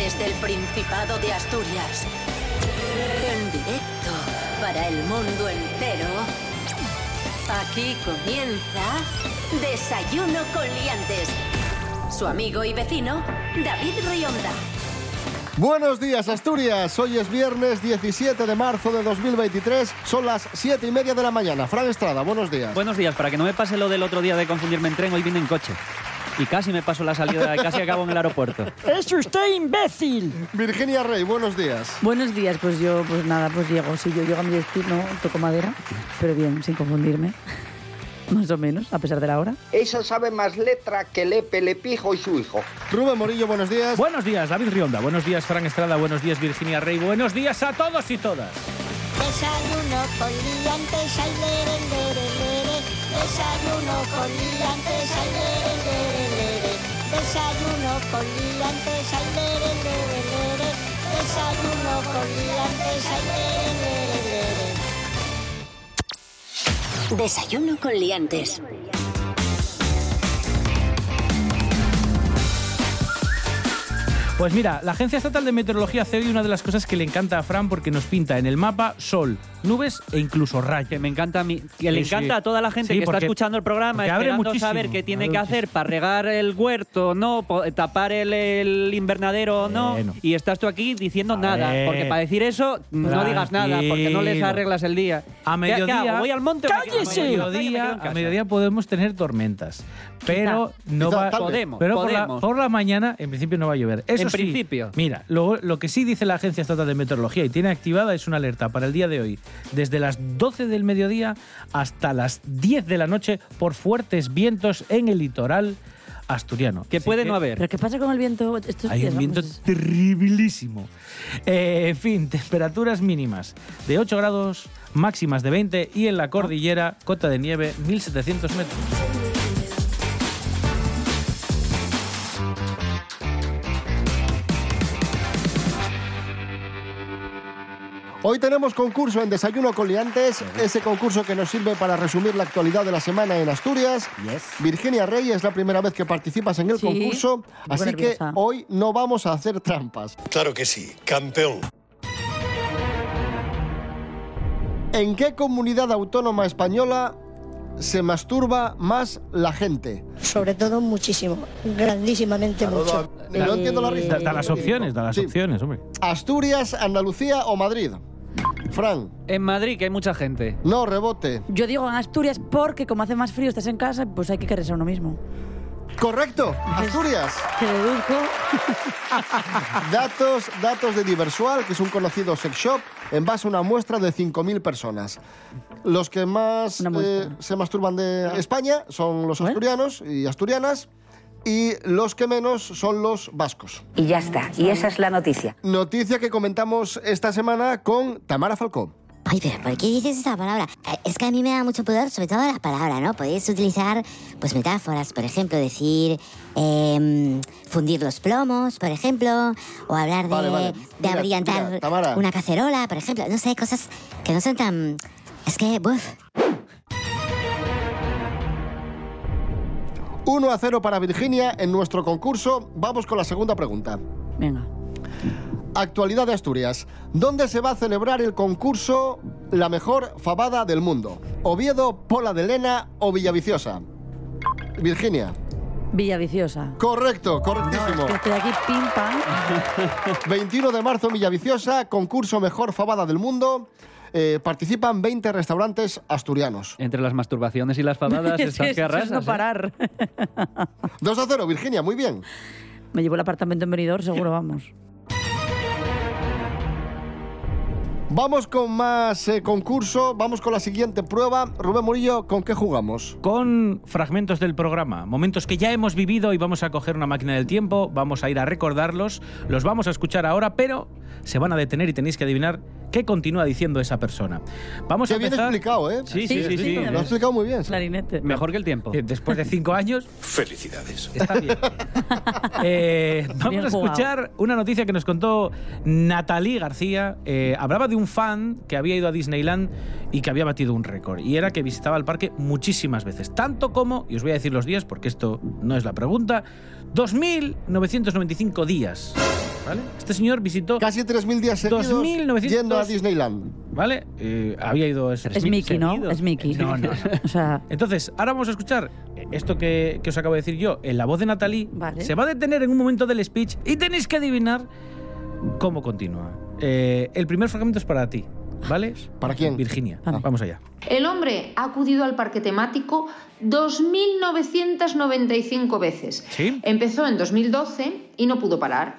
desde el Principado de Asturias, en directo para el mundo entero, aquí comienza Desayuno con Liantes. Su amigo y vecino, David Rionda. Buenos días, Asturias. Hoy es viernes 17 de marzo de 2023. Son las 7:30 de la mañana. Fran Estrada, buenos días. Buenos días. Para que no me pase lo del otro día de confundirme en tren, hoy vine en coche. Y casi me paso la salida, casi acabo en el aeropuerto. ¡Es usted imbécil! Virginia Rey, buenos días. Buenos días, pues yo, pues nada, pues llego. Si yo llego a mi destino, toco madera, pero bien, sin confundirme. Más o menos, a pesar de la hora. Eso sabe más letra que Lepe, Lepijo y su hijo. Rubén Morillo, buenos días. Buenos días, David Rionda. Buenos días, Fran Estrada. Buenos días, Virginia Rey. Buenos días a todos y todas. Desayuno con liantes, ay, lere, lere, lere. Desayuno con liantes, ay, lere, lere, lere. Desayuno con liantes, ay, lere, lere, lere. Desayuno con liantes, ay, lere, lere, lere. Desayuno con Liantes. Pues mira, la Agencia Estatal de Meteorología hace hoy una de las cosas que le encanta a Fran porque nos pinta en el mapa sol, nubes e incluso rayos. Que me encanta a mí, que le encanta a toda la gente que está escuchando el programa, esperando saber qué tiene que hacer para regar el huerto, no, tapar el invernadero, no. Y estás tú aquí diciendo nada, porque para decir eso no digas nada, porque no les arreglas el día. A mediodía, ¿Qué hago? ¿Voy al monte? ¡Cállese! A mediodía podemos tener tormentas, pero no va. Podemos. Por la mañana, en principio no va a llover. Eso en principio. Mira, lo que sí dice la Agencia Estatal de Meteorología y tiene activada es una alerta para el día de hoy, desde las 12 del mediodía hasta las 10 de la noche por fuertes vientos en el litoral asturiano. Que puede no haber. ¿Pero qué pasa con el viento? Hay un viento terribilísimo. En fin, temperaturas mínimas de 8 grados, máximas de 20 y en la cordillera, cota de nieve, 1.700 metros. Hoy tenemos concurso en Desayuno con Liantes, ese concurso que nos sirve para resumir la actualidad de la semana en Asturias. Yes. Virginia Rey, es la primera vez que participas en el concurso, así que hoy no vamos a hacer trampas. Claro que sí, campeón. ¿En qué comunidad autónoma española se masturba más la gente? Sobre todo muchísimo, grandísimamente mucho. No entiendo la risa. Da las opciones, hombre. ¿Asturias, Andalucía o Madrid? Fran. En Madrid, que hay mucha gente. No, rebote. Yo digo en Asturias porque como hace más frío, estás en casa, pues hay que quererse a uno mismo. Correcto, Asturias. Te deduzco. Datos de Diversual, que es un conocido sex shop, en base a una muestra de 5.000 personas. Los que más se masturban de España son los asturianos y asturianas, y los que menos son los vascos. Y ya está, y esa es la noticia. Noticia que comentamos esta semana con Tamara Falcó. Ay, pero ¿por qué dices esa palabra? Es que a mí me da mucho poder, sobre todo la palabra, ¿no? Podéis utilizar, pues, metáforas, por ejemplo, decir fundir los plomos, por ejemplo, o hablar de abrillantar una cacerola, por ejemplo. No sé, cosas que no son tan... Es que, ¡buf! 1-0 para Virginia en nuestro concurso. Vamos con la segunda pregunta. Venga. Actualidad de Asturias. ¿Dónde se va a celebrar el concurso La Mejor Fabada del Mundo? ¿Oviedo, Pola de Lena o Villaviciosa? Virginia. Villaviciosa. Correcto, correctísimo. No, es que estoy aquí pim pam. 21 de marzo en Villaviciosa, concurso Mejor Fabada del Mundo. Participan 20 restaurantes asturianos. Entre las masturbaciones y las fabadas estás que arrasas. No parar. 2-0, Virginia, muy bien. Me llevo el apartamento en Benidorm, seguro, vamos. Vamos con más concurso, vamos con la siguiente prueba. Rubén Murillo, ¿con qué jugamos? Con fragmentos del programa, momentos que ya hemos vivido y vamos a coger una máquina del tiempo, vamos a ir a recordarlos, los vamos a escuchar ahora, pero se van a detener y tenéis que adivinar qué continúa diciendo esa persona. Vamos a empezar... bien explicado, ¿eh? Sí. Lo has explicado muy bien. Clarinete. Mejor que el tiempo. Después de 5 años... Felicidades. Está bien. Vamos a escuchar una noticia que nos contó Natalie García. Hablaba de un fan que había ido a Disneyland y que había batido un récord. Y era que visitaba el parque muchísimas veces. Tanto como, y os voy a decir los días porque esto no es la pregunta, 2.995 días. ¿vale? Este señor visitó casi 3.000 días seguidos 2.900 yendo a Disneyland. ¿Vale? Había ido... Es Mickey, ¿no? Es Mickey. No. O sea... Entonces, ahora vamos a escuchar esto que os acabo de decir yo, en la voz de Natalie. Vale. Se va a detener en un momento del speech y tenéis que adivinar cómo continúa. El primer fragmento es para ti, ¿vale? ¿Para quién? Virginia. Vale. Vamos allá. El hombre ha acudido al parque temático 2.995 veces. ¿Sí? Empezó en 2012 y no pudo parar.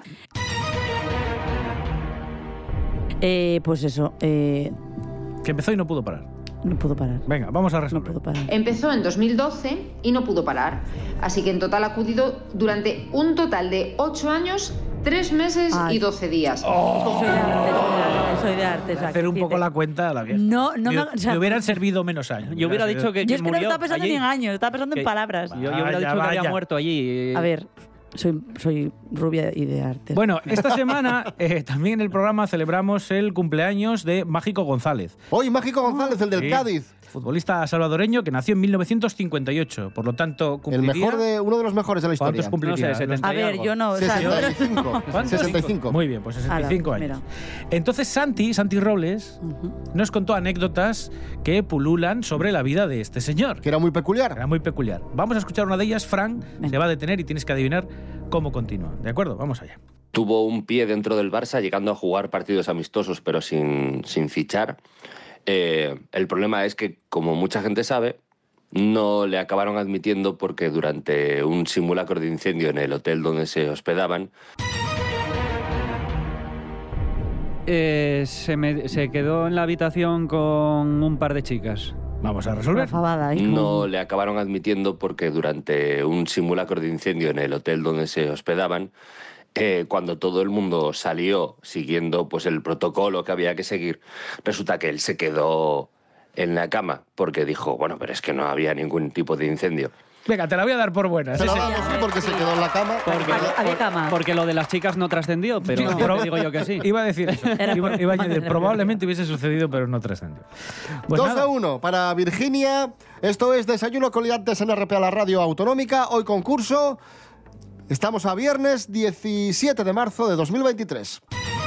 Pues eso, Que empezó y no pudo parar. no pudo parar. Venga, vamos a No resolver. pudo parar. Empezó en 2012 y no pudo parar. Así que en total ha acudido durante un total de 8 años, 3 meses y 12 días. Soy de arte. Hacer un poco la cuenta a la vieja. No, Me hubieran servido menos años. Yo hubiera dicho que Yo es que no murió estaba pensando allí. ni en años, estaba pensando en Que- palabras. Yo hubiera dicho que había muerto allí. A ver, soy rubia y de arte. Bueno, esta semana también en el programa celebramos el cumpleaños de Mágico González. Hoy Mágico González, el del Sí. Cádiz. Futbolista salvadoreño que nació en 1958. Por lo tanto, cumpliría... Uno de los mejores de la historia. ¿Cuántos cumpliría? No sé, 70 a ver, yo no. O sea, 65. ¿Cuántos? 65. Muy bien, pues 65 Ala, años. mira. Entonces Santi Robles nos contó anécdotas que pululan sobre la vida de este señor. Que era muy peculiar. Era muy peculiar. Vamos a escuchar una de ellas. Fran se va a detener y tienes que adivinar cómo continúa. ¿De acuerdo? Vamos allá. Tuvo un pie dentro del Barça, llegando a jugar partidos amistosos, pero sin fichar. El problema es que, como mucha gente sabe, no le acabaron admitiendo porque durante un simulacro de incendio en el hotel donde se hospedaban, Se quedó en la habitación con un par de chicas. Vamos a resolver. no le acabaron admitiendo porque durante un simulacro de incendio en el hotel donde se hospedaban, cuando todo el mundo salió siguiendo pues el protocolo que había que seguir, resulta que él se quedó en la cama porque dijo, bueno, pero es que no había ningún tipo de incendio. Venga, te la voy a dar por buena. Se la damos, sí, porque se quedó en la cama. Había cama. Porque lo de las chicas no trascendió, pero No. digo yo que sí. Iba a decir eso. Iba a añadir, probablemente hubiese sucedido, pero no trascendió. Pues 2-1 para Virginia. Esto es Desayuno con Liantes en RPA, la radio autonómica. Hoy concurso. Estamos a viernes 17 de marzo de 2023.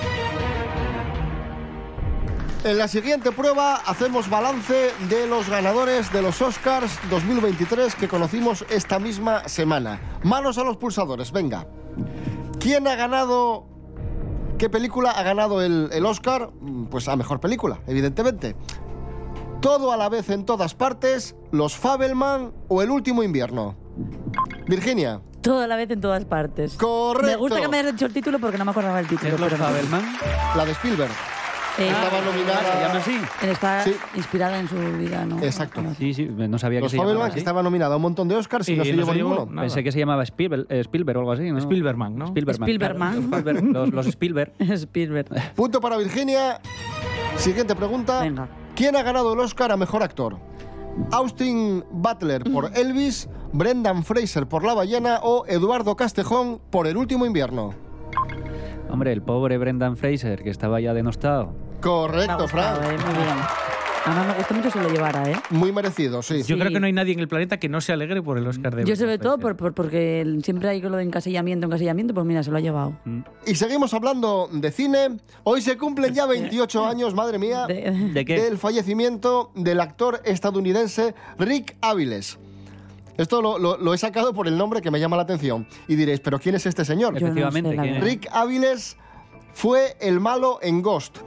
En la siguiente prueba hacemos balance de los ganadores de los Oscars 2023 que conocimos esta misma semana. Manos a los pulsadores, venga. ¿Quién ha ganado? ¿Qué película ha ganado el Oscar? Pues a mejor película, evidentemente. Todo a la vez en todas partes, Los Fabelman o El último invierno. Virginia. Todo a la vez en todas partes. Correcto. Me gusta que me hayas dicho el título porque no me acordaba el título. ¿Es Los Fabelman? La de Spielberg. Estaba nominada. ¿Se llama así? Está Sí. inspirada en su vida, ¿no? Exacto. Sí, no sabía que Los se llamaba Fabelman, que así. estaba nominada a un montón de Oscars y no se llevó ninguno. Pensé que se llamaba Spielberg o algo así, ¿no? Spielbergman, ¿no? Spielbergman. Los Spielberg. Spielberg. Punto para Virginia. Siguiente pregunta. Venga. ¿Quién ha ganado el Oscar a mejor actor? ¿Austin Butler por Elvis, Brendan Fraser por La ballena o Eduardo Castejón por El último invierno? Hombre, el pobre Brendan Fraser, que estaba ya denostado. Correcto, Fran. Muy bien. Además me gusta mucho que se lo llevara, ¿eh? Muy merecido, sí. Yo creo que no hay nadie en el planeta que no se alegre por el Oscar de Yo sobre todo porque siempre hay con lo de encasillamiento, pues mira, se lo ha llevado. Y seguimos hablando de cine. Hoy se cumplen ya 28 años, madre mía, ¿De qué? del fallecimiento del actor estadounidense Rick Aviles. Esto lo he sacado por el nombre que me llama la atención. Y diréis, ¿pero quién es este señor? Yo no Efectivamente, sé, la ¿quién es? Rick Aviles fue el malo en Ghost.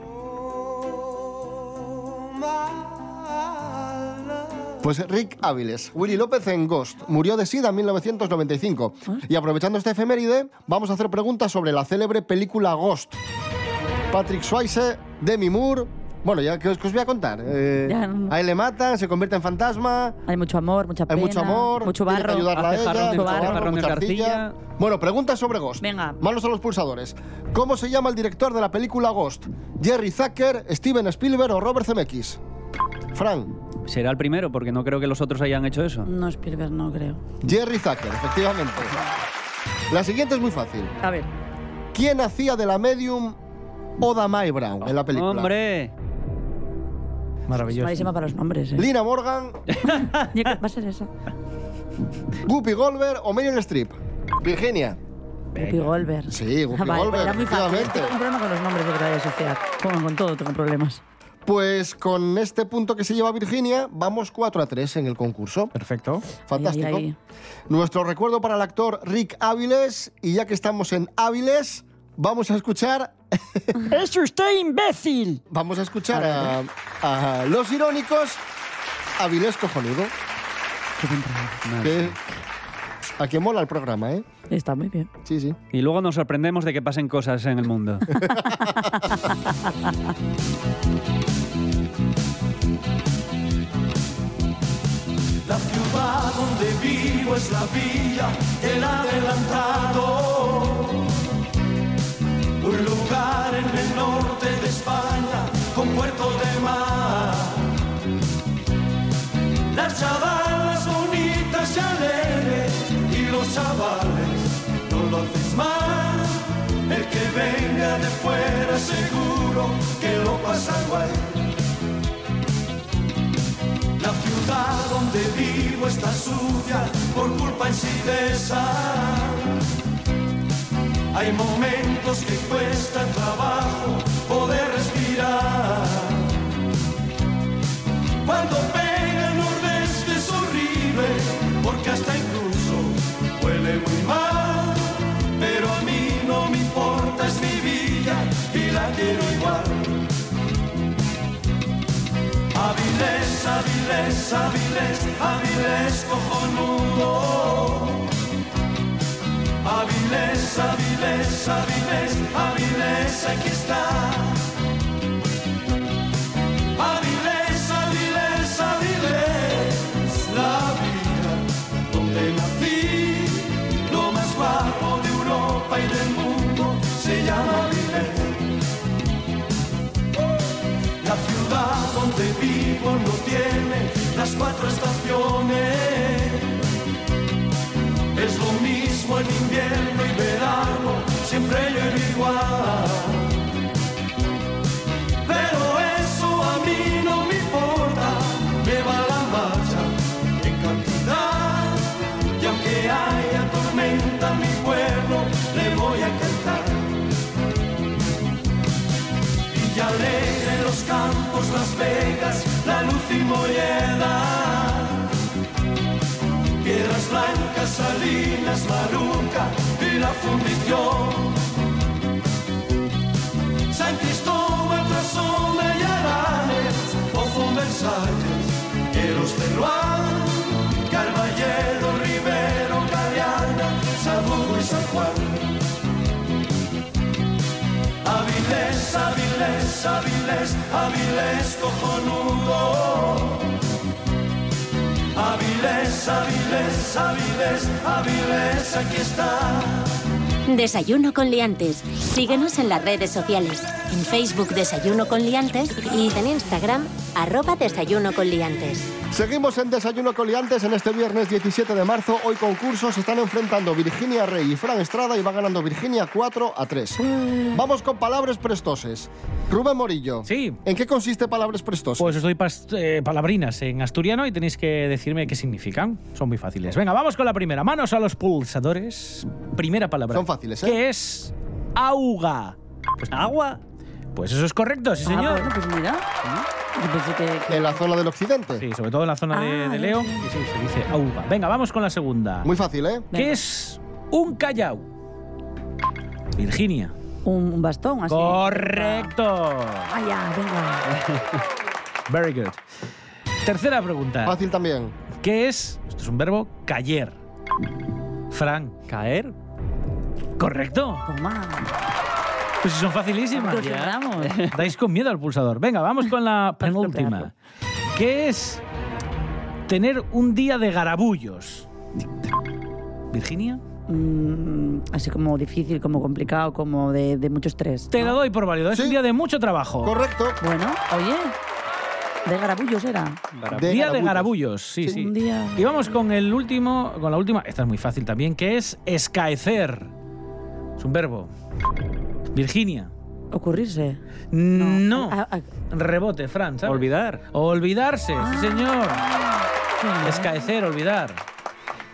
Pues Rick Aviles, Willy López en Ghost, murió de SIDA en 1995. Y aprovechando esta efeméride, vamos a hacer preguntas sobre la célebre película Ghost. Patrick Swayze, Demi Moore... Bueno, ya que os voy a contar. A él le matan, se convierte en fantasma. Hay mucho amor, mucha pena. Hay mucho amor, mucho tiene que barro. ayudarla a ella, Mucho barro. mucha arcilla. Bueno, preguntas sobre Ghost. Venga. Manos a los pulsadores. ¿Cómo se llama el director de la película Ghost? ¿Jerry Zucker, Steven Spielberg o Robert Zemeckis? Fran. Será el primero, porque no creo que los otros hayan hecho eso. No, Spielberg no creo. Jerry Zucker, efectivamente. La siguiente es muy fácil. A ver. ¿Quién hacía de la medium Oda Mae Brown en la película? ¡Hombre! Maravilloso. Malísima para los nombres, ¿eh? Lina Morgan, Va a ser esa. Whoopi Goldberg o Meryl Streep. Virginia. Guppy Goldberg. Sí, Guppy Goldberg. Era muy fácil. Tengo un problema con los nombres de verdad social. Con todo tengo problemas. Pues con este punto que se lleva Virginia, vamos 4-3 en el concurso. Perfecto. Fantástico. Ahí. Nuestro recuerdo para el actor Rick Áviles. Y ya que estamos en Áviles, vamos a escuchar... ¡Es usted imbécil! Vamos a escuchar a Los Irónicos, Áviles cojonudo. A que mola el programa, ¿eh? Está muy bien. Sí, sí. Y luego nos sorprendemos de que pasen cosas en el mundo. La ciudad donde vivo es la villa, el adelantado. Un lugar en el norte de España, con puerto de mar. Las chavalas bonitas y alegres, y los chavales, no lo haces mal. El que venga de fuera seguro que lo pasa guay. La ciudad donde vivo está sucia por culpa en sí de esa. Hay momentos que cuesta trabajo poder respirar. Cuando pega el nordeste es horrible, porque hasta incluso huele muy mal. Pero a mí no me importa, es mi villa y la quiero igual. Áviles, Áviles, Áviles, Áviles cojonudo. Áviles, Áviles, Áviles, Áviles, aquí está. Áviles, Áviles, Áviles, la vida donde nací. Lo más guapo de Europa y del mundo se llama Áviles. La ciudad donde vivo no tiene las 4 estaciones. Es lo mismo en invierno y verano, siempre llueve igual. Pero eso a mí no me importa, me va la marcha en cantidad. Y aunque haya tormenta en mi pueblo, le voy a cantar. Y alegre los campos, Las Vegas, la luz y Moreda. Piedras Blancas, Salinas, Maruca y la Fundición. San Cristóbal, Trasona y Aranes, Ojo, Versalles, Eros de Rouen, Carballero, Rivero, Galeana, Sabugo y San Juan. Áviles, Áviles, Áviles, Áviles cojonudo. Áviles, Áviles, Áviles, Áviles, aquí está. Desayuno con liantes. Síguenos en las redes sociales. En Facebook Desayuno con liantes y en Instagram @Desayuno con liantes. Seguimos en Desayuno con liantes en este viernes 17 de marzo. Hoy concursos se están enfrentando Virginia Rey y Fran Estrada y va ganando Virginia 4-3. Vamos con palabras prestoses. Rubén Morillo. Sí. ¿En qué consiste palabras prestoses? Pues os doy palabrinas en asturiano y tenéis que decirme qué significan. Son muy fáciles. Venga, vamos con la primera. Manos a los pulsadores. Primera palabra. Son fáciles, ¿eh? ¿Qué es auga? Pues agua. Pues eso es correcto, sí, señor. Bueno, pues mira. Yo pensé que... En la zona del occidente. Sí, sobre todo en la zona de León. Y sí, se dice auga. Venga, vamos con la segunda. Muy fácil, ¿eh? ¿Qué Venga. es un callao? Virginia. Un bastón, así. ¡Correcto! Vaya, venga. Very good. Tercera pregunta. Fácil también. ¿Qué es? Esto es un verbo. Cayer. Fran. ¿Caer? ¿Correcto? Toma. Pues son facilísimas. Pues ganamos. Dais con miedo al pulsador. Venga, vamos con la penúltima. ¿Qué es tener un día de garabullos? Virginia. Así como difícil, como complicado, como de mucho estrés. Te lo doy por válido. Es un día de mucho trabajo. Correcto. Bueno, oye. De garabullos era. Día de garabullos, sí, sí. Un día... Y vamos con el último, con la última. Esta es muy fácil también, que es escaecer. Es un verbo. Virginia. ¿Ocurrirse? No. Rebote, Fran, ¿sabes? Olvidar. Olvidarse, sí, señor. Escaecer, olvidar.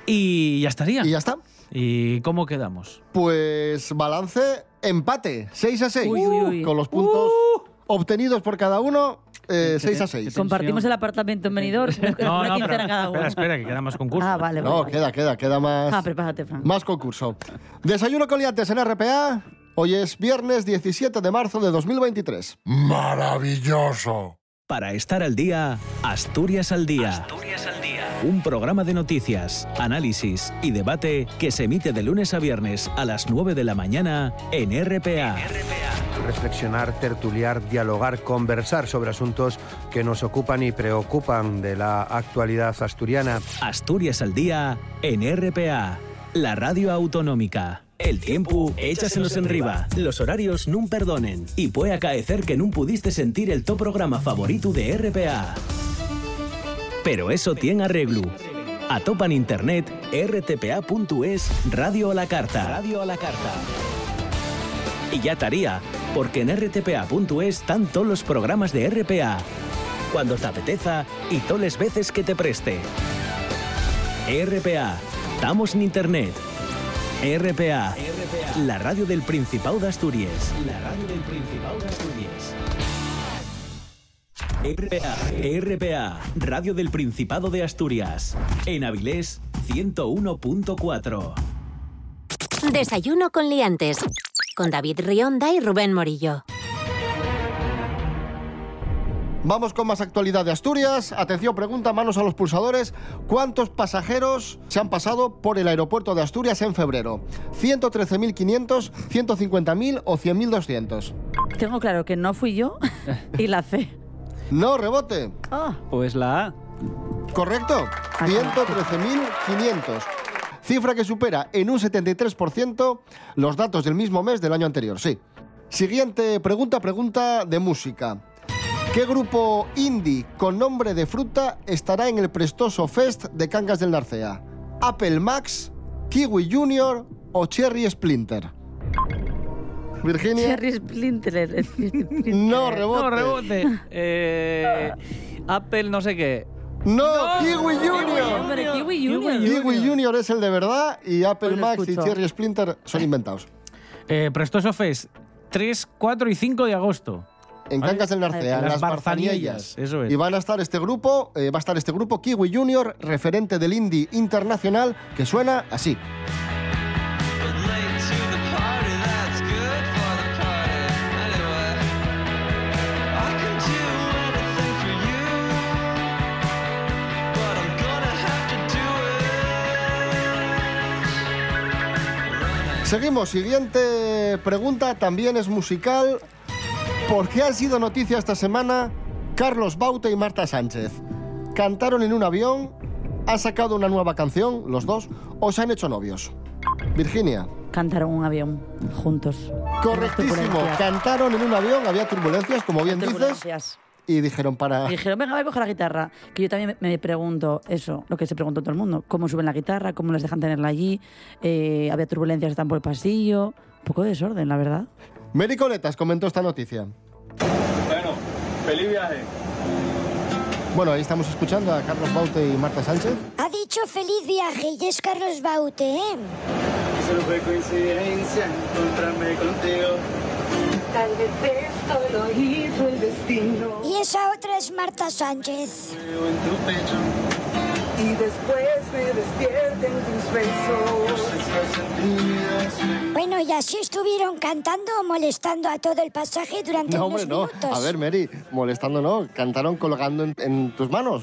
Y ya estaría. Y ya está. ¿Y cómo quedamos? Pues balance, empate, 6-6. Con los puntos obtenidos por cada uno, 6-6. Compartimos el apartamento en Benidorm. No, espera, que queda más concurso. Vale. No, queda más. Prepárate, Fran. Más concurso. Desayuno con liantes en RPA. Hoy es viernes 17 de marzo de 2023. ¡Maravilloso! Para estar al día, Asturias al Día. Un programa de noticias, análisis y debate que se emite de lunes a viernes a las 9 de la mañana en RPA. Reflexionar, tertuliar, dialogar, conversar sobre asuntos que nos ocupan y preocupan de la actualidad asturiana. Asturias al Día en RPA, la radio autonómica. El tiempo, échasenos enriba. Los horarios nun perdonen. Y puede acaecer que nun pudiste sentir el top programa favorito de RPA. Pero eso tiene arreglo. Atopa en internet rtpa.es Radio a la Carta. Y ya estaría, porque en rtpa.es están todos los programas de RPA. Cuando te apeteza y todas las veces que te preste. RPA, estamos en internet. RPA, la radio del Principado de Asturias. RPA, radio del Principado de Asturias. En Avilés, 101.4. Desayuno con liantes. Con David Rionda y Rubén Morillo. Vamos con más actualidad de Asturias. Atención, pregunta, manos a los pulsadores. ¿Cuántos pasajeros se han pasado por el aeropuerto de Asturias en febrero? ¿113.500, 150.000 o 100.200? Tengo claro que no fui yo y la C. No, rebote. Pues la A. Correcto. 113.500. Cifra que supera en un 73% los datos del mismo mes del año anterior, sí. Siguiente pregunta de música. ¿Qué grupo indie con nombre de fruta estará en el prestoso Fest de Cangas del Narcea? ¿Apple Max, Kiwi Junior o Cherry Splinter? Virginia. Cherry Splinter. No, rebote. Apple no sé qué. No, Kiwi Junior. Kiwi Junior es el de verdad y Apple Max y Cherry Splinter son inventados. Prestoso Fest, 3, 4 y 5 de agosto. En Cangas del Narcea, en las Barzaniellas. Eso es. Y va a estar este grupo Kiwi Junior, referente del indie internacional, que suena así. Seguimos, siguiente pregunta, también es musical. ¿Por qué han sido noticia esta semana Carlos Baute y Marta Sánchez? ¿Cantaron en un avión? ¿Han sacado una nueva canción, los dos? ¿O se han hecho novios? Virginia. Cantaron en un avión, juntos. Correctísimo. Cantaron en un avión, había turbulencias, como bien dices. Y dijeron venga, voy a coger la guitarra. Que yo también me pregunto eso, lo que se preguntó todo el mundo. ¿Cómo suben la guitarra? ¿Cómo les dejan tenerla allí? Había turbulencias, están por el pasillo. Un poco de desorden, la verdad. Mary Coletas comentó esta noticia. Bueno, feliz viaje. Bueno, ahí estamos escuchando a Carlos Baute y Marta Sánchez. Ha dicho feliz viaje y es Carlos Baute, ¿eh? Solo fue coincidencia encontrarme contigo. Tal vez esto lo hizo el destino. Y esa otra es Marta Sánchez. En tu pecho. Y después me despierten tus besos. Bueno, y así estuvieron cantando o molestando a todo el pasaje durante unos minutos. No. A ver, Mary, molestando no, cantaron colgando en tus manos.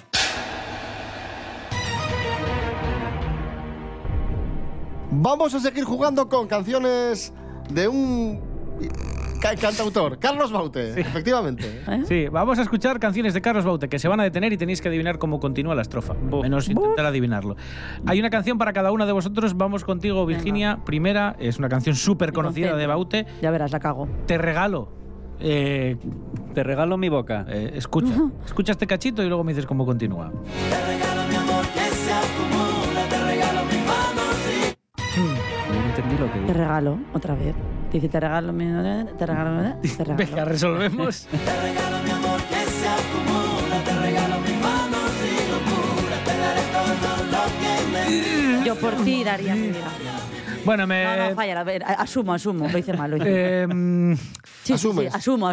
Vamos a seguir jugando con canciones de un cantautor, Carlos Baute, sí. Efectivamente. Sí, vamos a escuchar canciones de Carlos Baute que se van a detener y tenéis que adivinar cómo continúa la estrofa. Menos intentar adivinarlo. Hay una canción para cada uno de vosotros. Vamos contigo, Virginia. Venga. Primera, es una canción súper conocida de Baute. Ya verás, la cago. Te regalo. Te regalo mi boca. Escucha este cachito y luego me dices cómo continúa. Te regalo mi amor que se acumula, te regalo mi mano. No entendí lo que dice. Te regalo, otra vez. Dice, te regalo. Venga, resolvemos. Te regalo mi amor que se acumula, te regalo mi mano sin locura, te daré todo lo que me... Yo Por ti daría mi vida. Bueno, No, falla, a ver, asumo, lo hice mal. Sí, asumo que asume.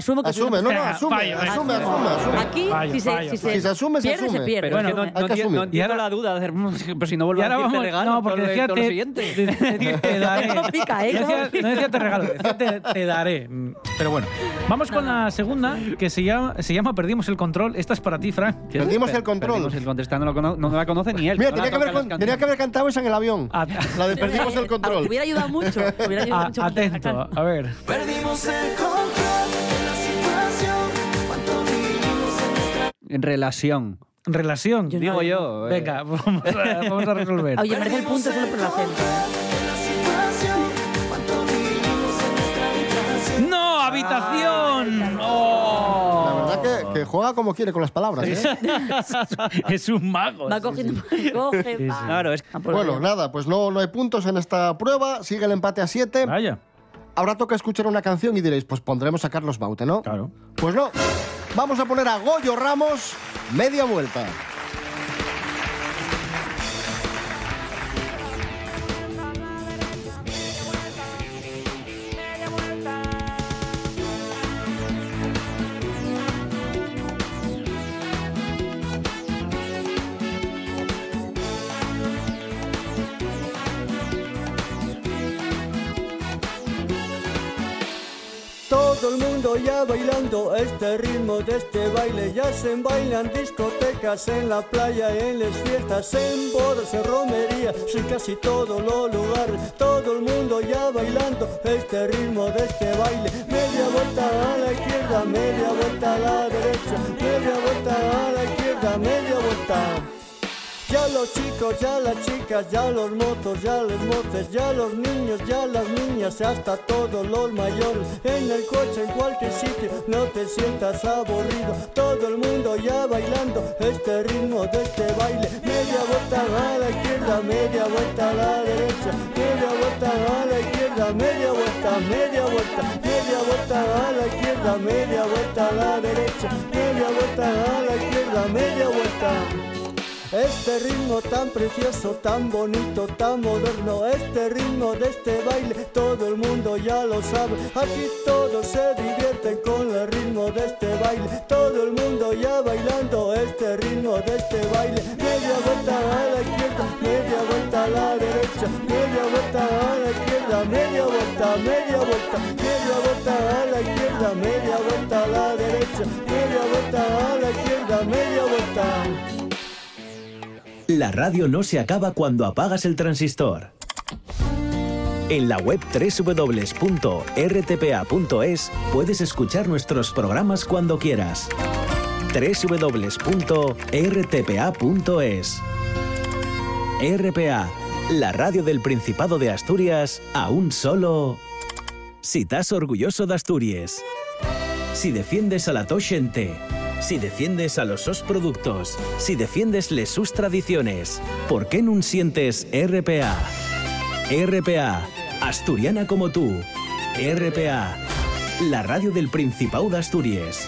Aquí, si se asume, pierde, se pierde. Bueno, no entiendo la duda de hacer, pero si no vuelvo a decir te regalo, no, porque decía todo lo siguiente. Te daré. No decía te regalo, decía te daré. Pero bueno, vamos con la segunda, que se llama Perdimos el control. Esta es para ti, Frank. Perdimos el control. El contestante no la conoce ni él. Mira, tenía que haber cantado esa en el avión. La de Perdimos el control. Hubiera ayudado mucho. Atento, a ver. Perdimos el control de la situación. ¿Cuánto vivimos en nuestra Relación. Digo yo. Venga, vamos a resolver. Oye, merece el punto solo por el acento. ¡No! ¡Habitación! ¡Oh! La verdad que juega como quiere con las palabras, ¿eh? Es un mago. Va cogiendo. Coge, Sí. Claro, es. Bueno, nada, pues no hay puntos en esta prueba. Sigue el empate a 7. Vaya. Ahora toca escuchar una canción y diréis, pues pondremos a Carlos Baute, ¿no? Claro. Pues no. Vamos a poner a Goyo Ramos, Media Vuelta. Todo el mundo ya bailando este ritmo de este baile. Ya se bailan discotecas en la playa, en las fiestas, en bodas, en romerías, en casi todos los lugares. Todo el mundo ya bailando este ritmo de este baile. Media vuelta a la izquierda, media vuelta a la derecha, media vuelta a la izquierda, media vuelta. Ya los chicos, ya las chicas, ya los motos, ya los motes, ya los niños, ya las niñas, hasta todos los mayores. En el coche, en cualquier sitio, no te sientas aburrido. Todo el mundo ya bailando este ritmo de este baile. Media vuelta a la izquierda, media vuelta a la derecha, media vuelta a la izquierda, media vuelta, media vuelta, media vuelta a la izquierda, media vuelta a la derecha, media vuelta a la izquierda, media vuelta. Este ritmo tan precioso, tan bonito, tan moderno, este ritmo de este baile, todo el mundo ya lo sabe. Aquí todos se divierten con el ritmo de este baile. Todo el mundo ya bailando este ritmo de este baile. Media vuelta a la izquierda, media vuelta a la derecha, media vuelta a la izquierda, media vuelta, media vuelta, media vuelta a la izquierda, media vuelta a la derecha, media vuelta a la izquierda, media vuelta. La radio no se acaba cuando apagas el transistor. En la web www.rtpa.es puedes escuchar nuestros programas cuando quieras. www.rtpa.es. RPA, la radio del Principado de Asturias, a un solo... Si estás orgulloso de Asturias. Si defiendes a la to xente. Si defiendes a los sos productos, si defiendes les sus tradiciones, ¿por qué no sientes RPA? RPA, asturiana como tú. RPA, la radio del Principado de Asturias.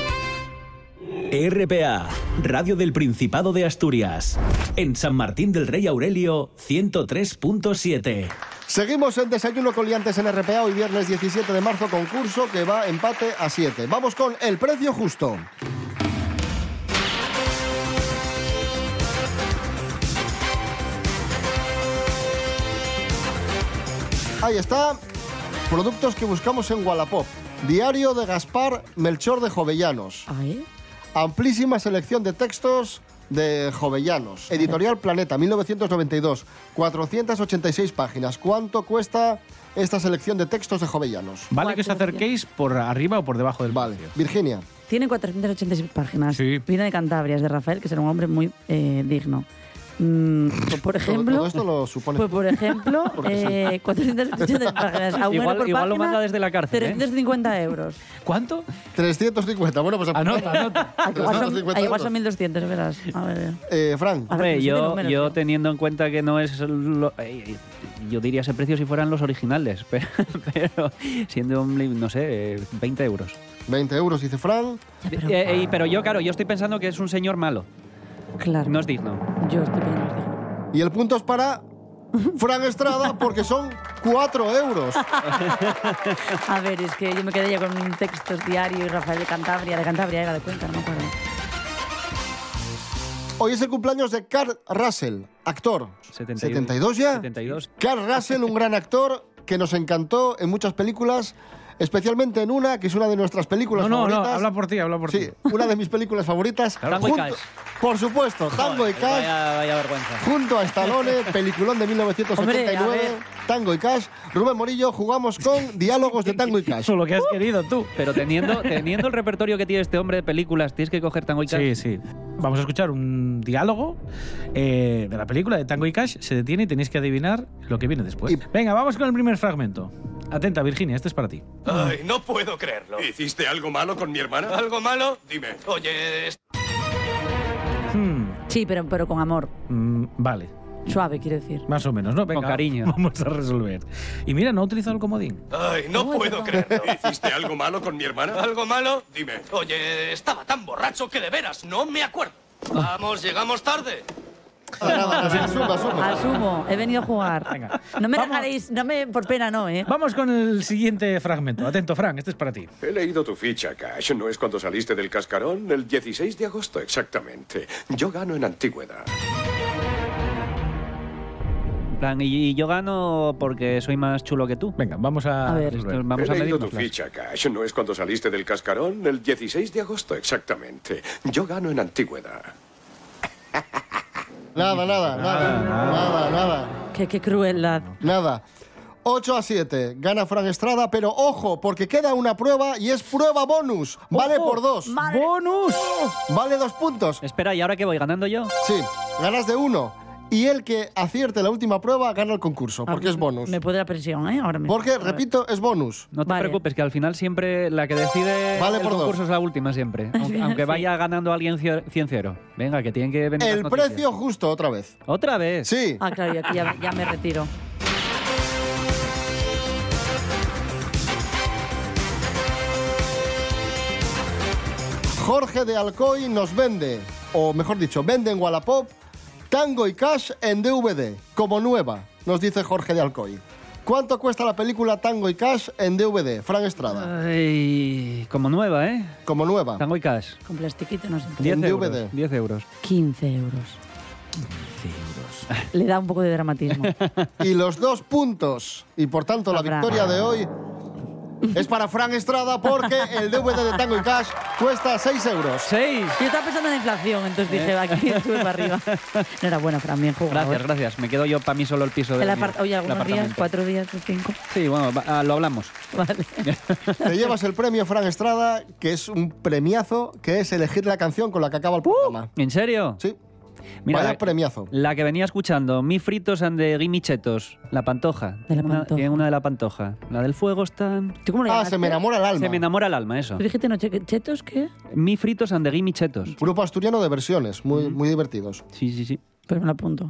RPA, radio del Principado de Asturias. En San Martín del Rey Aurelio, 103.7. Seguimos en Desayuno con Liantes en RPA, hoy viernes 17 de marzo, concurso que va empate a 7. Vamos con el precio justo. Ahí está, productos que buscamos en Wallapop. Diario de Gaspar Melchor de Jovellanos. Amplísima selección de textos de Jovellanos. Editorial Planeta, 1992, 486 páginas. ¿Cuánto cuesta esta selección de textos de Jovellanos? Vale que os acerquéis por arriba o por debajo del precio. Virginia. Tiene 486 páginas. Sí. Viene de Cantabria, es de Rafael, que será un hombre muy digno. Por ejemplo, todo esto lo supone. Pues por ejemplo, 480 páginas. A Igual página, lo manda desde la cárcel. 350 euros. ¿Cuánto? 350. Bueno, pues anota. Igual son 1.200, verás. A ver. Frank. Hombre, yo teniendo en cuenta que no es... yo diría ese precio si fueran los originales, pero siendo, no sé, 20 euros. 20 euros, dice Frank. Pero yo, claro, yo estoy pensando que es un señor malo. Claro. No es digno. Yo estoy pensando. Y el punto es para Fran Estrada, porque son 4 euros. A ver, es que yo me quedé ya con textos diarios y Rafael de Cantabria era de Cuenca, no me acuerdo. Hoy es el cumpleaños de Kurt Russell, actor. 72 ya. 72. Kurt Russell, un gran actor que nos encantó en muchas películas, especialmente en una que es una de nuestras películas favoritas. No, habla por ti. Sí, una de mis películas favoritas. Tango y Cash. Por supuesto, Tango y Cash. Vaya vergüenza. Junto a Stallone, peliculón de 1989. Hombre, Tango y Cash. Rubén Morillo, jugamos con diálogos de Tango y Cash. Lo que has querido tú. Pero teniendo el repertorio que tiene este hombre de películas, tienes que coger Tango y Cash. Sí. Vamos a escuchar un diálogo de la película de Tango y Cash. Se detiene y tenéis que adivinar lo que viene después. Venga, vamos con el primer fragmento. Atenta, Virginia, este es para ti. Ay, no puedo creerlo. ¿Hiciste algo malo con mi hermana? ¿Algo malo? Dime. Oye... Sí, pero con amor. Vale. Suave, quiero decir. Más o menos, ¿no? Venga, con cariño. Vamos a resolver. Y mira, no ha utilizado el comodín. Ay, no puedo creerlo. ¿Hiciste algo malo con mi hermana? ¿Algo malo? Dime. Oye, estaba tan borracho que de veras no me acuerdo. Vamos, llegamos tarde. Asumo, he venido a jugar. Venga. No me dejaréis, por pena no, ¿eh? Vamos con el siguiente fragmento. Atento, Fran, este es para ti. He leído tu ficha, Cash. ¿No es cuando saliste del cascarón? El 16 de agosto, exactamente. Yo gano en antigüedad. Y yo gano porque soy más chulo que tú. Venga, vamos a ver. Vamos He a leído tu medirnos. ficha, Cash. ¿No es cuando saliste del cascarón? El 16 de agosto, exactamente. Yo gano en antigüedad. Nada. Qué crueldad. Nada. 8-7. Gana Fran Estrada, pero ojo, porque queda una prueba y es prueba bonus. Vale por 2. ¡Bonus! Vale 2 puntos. Espera, ¿y ahora qué voy? ¿Ganando yo? Sí, ganas de 1. Y el que acierte la última prueba gana el concurso, porque es bonus. Me puede la presión, ¿eh? Ahora mismo. Porque, repito, es bonus. No te preocupes, que al final siempre la que decide Vale el por concurso 2. es la última siempre. Aunque vaya ganando alguien 100-0. Venga, que tienen que venir El las noticias. precio justo, otra vez. ¿Otra vez? Sí. Ah, claro, y aquí ya me retiro. Jorge de Alcoy nos vende, o mejor dicho, vende en Wallapop Tango y Cash en DVD, como nueva, nos dice Jorge de Alcoy. ¿Cuánto cuesta la película Tango y Cash en DVD? Fran Estrada. Ay, como nueva, ¿eh? Como nueva. Tango y Cash. Con plastiquito, no sé. 10 euros. DVD. 10 euros. 15 euros. 15 euros. Le da un poco de dramatismo. Y los 2 puntos. Y por tanto, la victoria de hoy es para Fran Estrada porque el DVD de Tango y Cash cuesta 6 euros. 6. Yo estaba pensando en la inflación, entonces dije, aquí estuve para arriba. No era buena, Fran, bien jugado. Gracias. Me quedo yo para mí solo el piso de Oye, algunos días, 4 días o 5. Sí, bueno, lo hablamos. Vale. Te llevas el premio Fran Estrada, que es un premiazo, que es elegir la canción con la que acaba el programa. ¿En serio? Sí. Mira, Vaya premiazo. La que venía escuchando, Mi fritos and the gimme chetos, La Pantoja. De la Pantoja. Tiene una de La Pantoja. La del fuego está... ¿Tú cómo le llamaste? Se me enamora el alma. Se me enamora el alma, eso. ¿Tú dijiste no, chetos qué? Mi fritos and the gimme chetos. Grupo asturiano de versiones, muy divertidos. Sí. Pero me lo apunto.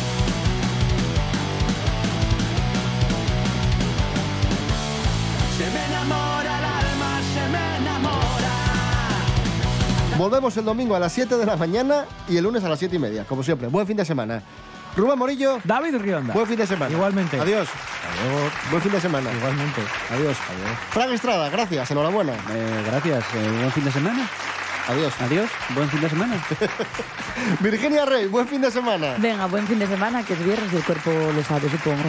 Se me enamora el alma, se me enamora. Volvemos el domingo a las 7 de la mañana y el lunes a las 7:30, como siempre. Buen fin de semana. Rubén Morillo. David Rionda. Buen fin de semana. Igualmente. Adiós. Adiós. Buen fin de semana. Igualmente. Adiós. Fran Estrada, gracias. Enhorabuena. Gracias. Buen fin de semana. Adiós. Adiós. Buen fin de semana. Virginia Rey, buen fin de semana. Venga, buen fin de semana, que es viernes y el cuerpo lo sabe, supongo.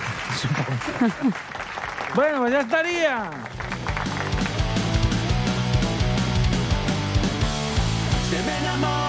Bueno, pues ya estaría. Se me enamora.